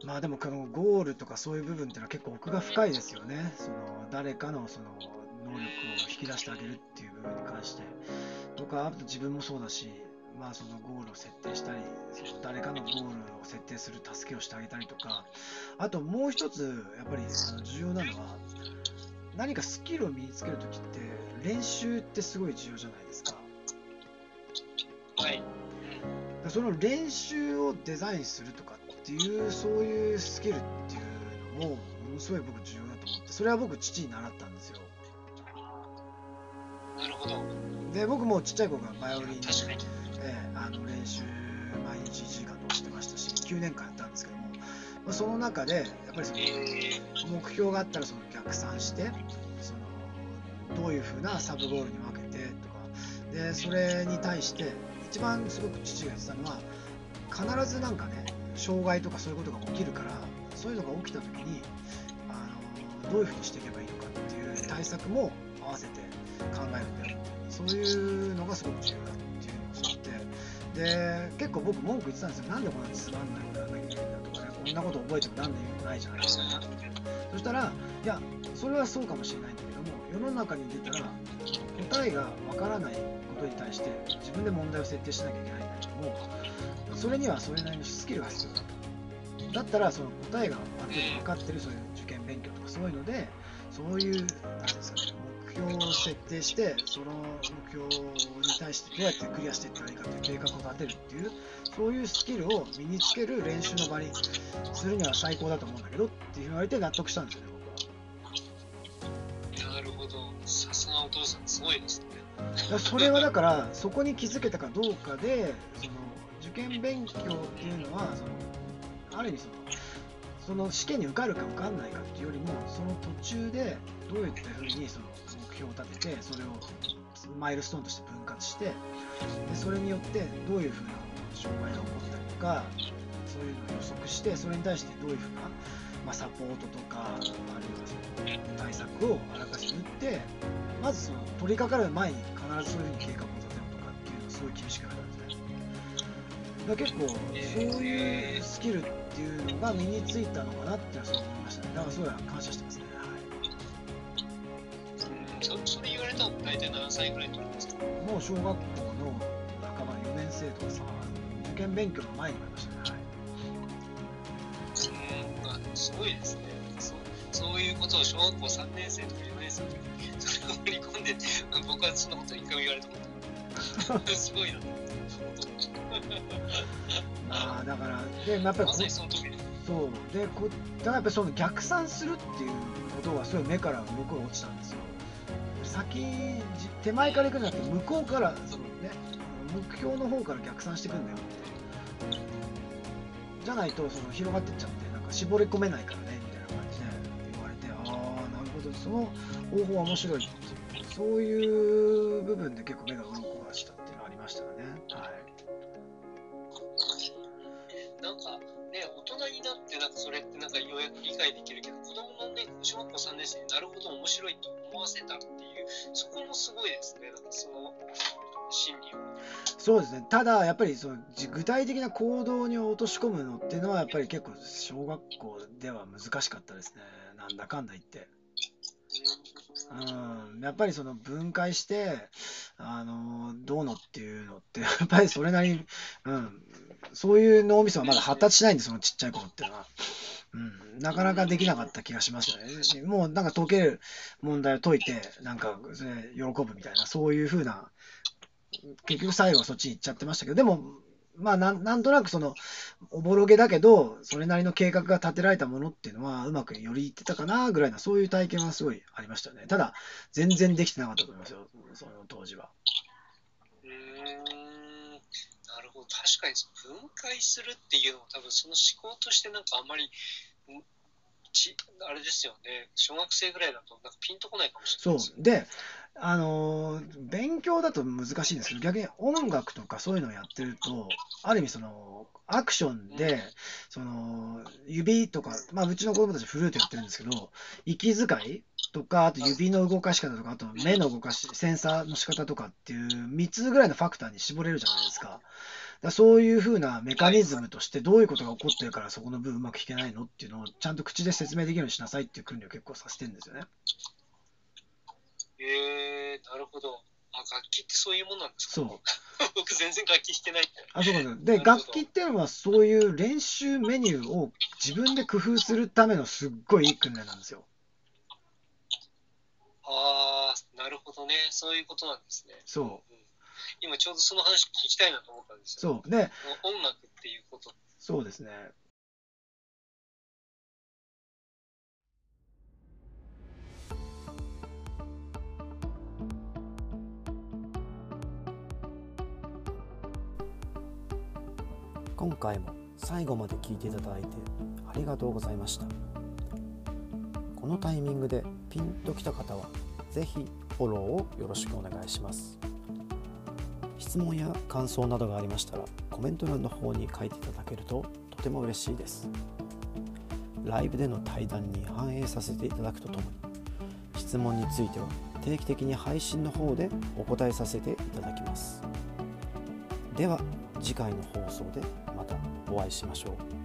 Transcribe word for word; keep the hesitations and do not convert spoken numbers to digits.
まあでもこのゴールとかそういう部分っていうのは結構奥が深いですよね。その誰かのその能力を引き出してあげるっていう部分に関して。とか、あと自分もそうだし、まあそのゴールを設定したり、その誰かのゴールを設定する助けをしてあげたりとか、あともう一つやっぱりあの重要なのは、何かスキルを身につけるときって練習ってすごい重要じゃないですか。 はい。 その練習をデザインするとかっていうそういうスキルっていうのもものすごい僕重要だと思って、それは僕父に習ったんですよ。 なるほど。 で僕もちっちゃい頃からバイオリン、 確かに。 ええ、あの練習毎日いちじかんとかしてましたしきゅうねんかんやったんですけども、まあ、その中でやっぱりそのえ目標があったらその逆算してそのどういうふうなサブゴールに分けてとかで、それに対して一番すごく父が言ってたのは、必ずなんかね障害とかそういうことが起きるから、そういうのが起きた時にあのどういうふうにしていけばいいのかっていう対策も合わせて考えるんだよって、そういうのがすごく重要だっていうのを教えて、で結構僕文句言ってたんですよ。なんでこんなつまんないことやんなきゃいけないんだとかね、こんなこと覚えても何の意味もないじゃないですか。そしたら、いやそれはそうかもしれないんだけども、世の中に出たら答えがわからないことに対して自分で問題を設定しなきゃいけないんだけども、それにはそれなりのスキルが必要だと。だったらその答えがある程度分かってるそういう受験勉強とかそういうので、そういうなんですかね、目標を設定して、その目標に対してどうやってクリアしていったらいいかという計画を立てるっていう、そういうスキルを身につける練習の場にするには最高だと思うんだけどって言われて納得したんですよね、 ー、なるほど。さすがお父さん、すごいですね。 僕は。それはだからそこに気づけたかどうかで、その受験勉強っていうのはそのある意味そのその試験に受かるか受かんないかっていうよりも、その途中でどういったふうにその目標を立てて、それをマイルストーンとして分割して、でそれによってどういうふうな障害が起こったりとか、そういうのを予測して、それに対してどういうふうな、まあ、サポートとか、あるいはその対策をあらかじめ打って、まずその取り掛かる前に必ずそういうふうに計画を立てろとかっていうのをすごい厳しくやられてて、だから結構そういうスキルっていうのが身についたのかなってそう思いましたね。だからすごい感謝してますね。はうん、そそれ言われたの大体何歳ぐらいの時ですか？ い、もう小学校の半ばよねん生とかさ、受験勉強の前にもいましたね。 うん、あ、すごいですね。そう、そういうことを小学校さんねん生とかよねん生の時にそれを盛り込んで、僕はそんなこと一回も言われたことない。すごいな。 まあだからでやっぱりまさにその時に。 そうでこだからやっぱりその逆算するっていうことがすごい目から僕は落ちたんですよ。先じ手前から行くんじゃなくて向こうからそのね目標の方から逆算していくんだよって。じゃないとその広がってっちゃってなんか絞り込めないからねみたいな感じで言われて、ああなるほど、その方法は面白いっていう、そういう部分で結構目が鱗がしたっていうのはありましたね。はい。 なんかね、大人になってなんかそれってなんかようやく理解できるけど、子供のね、小学校さんねん生になるほど面白いと思わせたっていう、そこもすごいですね、なんかその心理を。 そうですね。ただやっぱりそのじ具体的な行動に落とし込むのっていうのはやっぱり結構小学校では難しかったですね。なんだかんだ言って。うん、やっぱりその分解して、あのどうのっていうのって、やっぱりそれなりに、うん、そういう脳みそはまだ発達しないんです、そのちっちゃい頃っていうのは。うん、なかなかできなかった気がしますよね。もうなんか解ける問題を解いて、なんかそれ喜ぶみたいな、そういう風な、結局最後はそっちに行っちゃってましたけど、でも、まあなん、なんとなくその、おぼろげだけど、それなりの計画が立てられたものっていうのは、うまくよりいってたかなぐらいな、そういう体験はすごいありましたよね。ただ、全然できてなかったと思いますよ、その当時は。 うーん、なるほど。確かにその分解するっていうのも多分その思考としてなんかあんまり、んちあれですよね、小学生ぐらいだとなんかピンとこないかもしれないですよね。 そう。で、あのー勉強だと難しいんですけど、逆に音楽とかそういうのをやってると、ある意味その、アクションで、その、指とか、まあ、うちの子供たちフルートやってるんですけど、息遣いとか、あと指の動かし方とか、あと目の動かし、センサーの仕方とかっていうみっつぐらいのファクターに絞れるじゃないですか。 らそういうふうなメカニズムとしてどういうことが起こってるからそこの部分うまく弾けないのっていうのをちゃんと口で説明できるようにしなさいっていう訓練を結構させてるんですよね。 えー、なるほど。あ、楽器ってそういうもんなんですか？ そう。 僕全然楽器弾けないんで。 あ、そうかで、 なるほど楽器っていうのはそういう練習メニューを自分で工夫するためのすっごいいい訓練なんですよ。 ああ、なるほどね。そういうことなんですね。 そう。 うん、今ちょうどその話聞きたいなと思ったんですよ。 そう。で、 音楽っていうこと。 そうですね。 今回も最後まで聞いていただいてありがとうございました。このタイミングでピンときた方はぜひフォローをよろしくお願いします。質問や感想などがありましたらコメント欄の方に書いていただけるととても嬉しいです。ライブでの対談に反映させていただくとともに質問については定期的に配信の方でお答えさせていただきます。では次回の放送でまたお会いしましょう。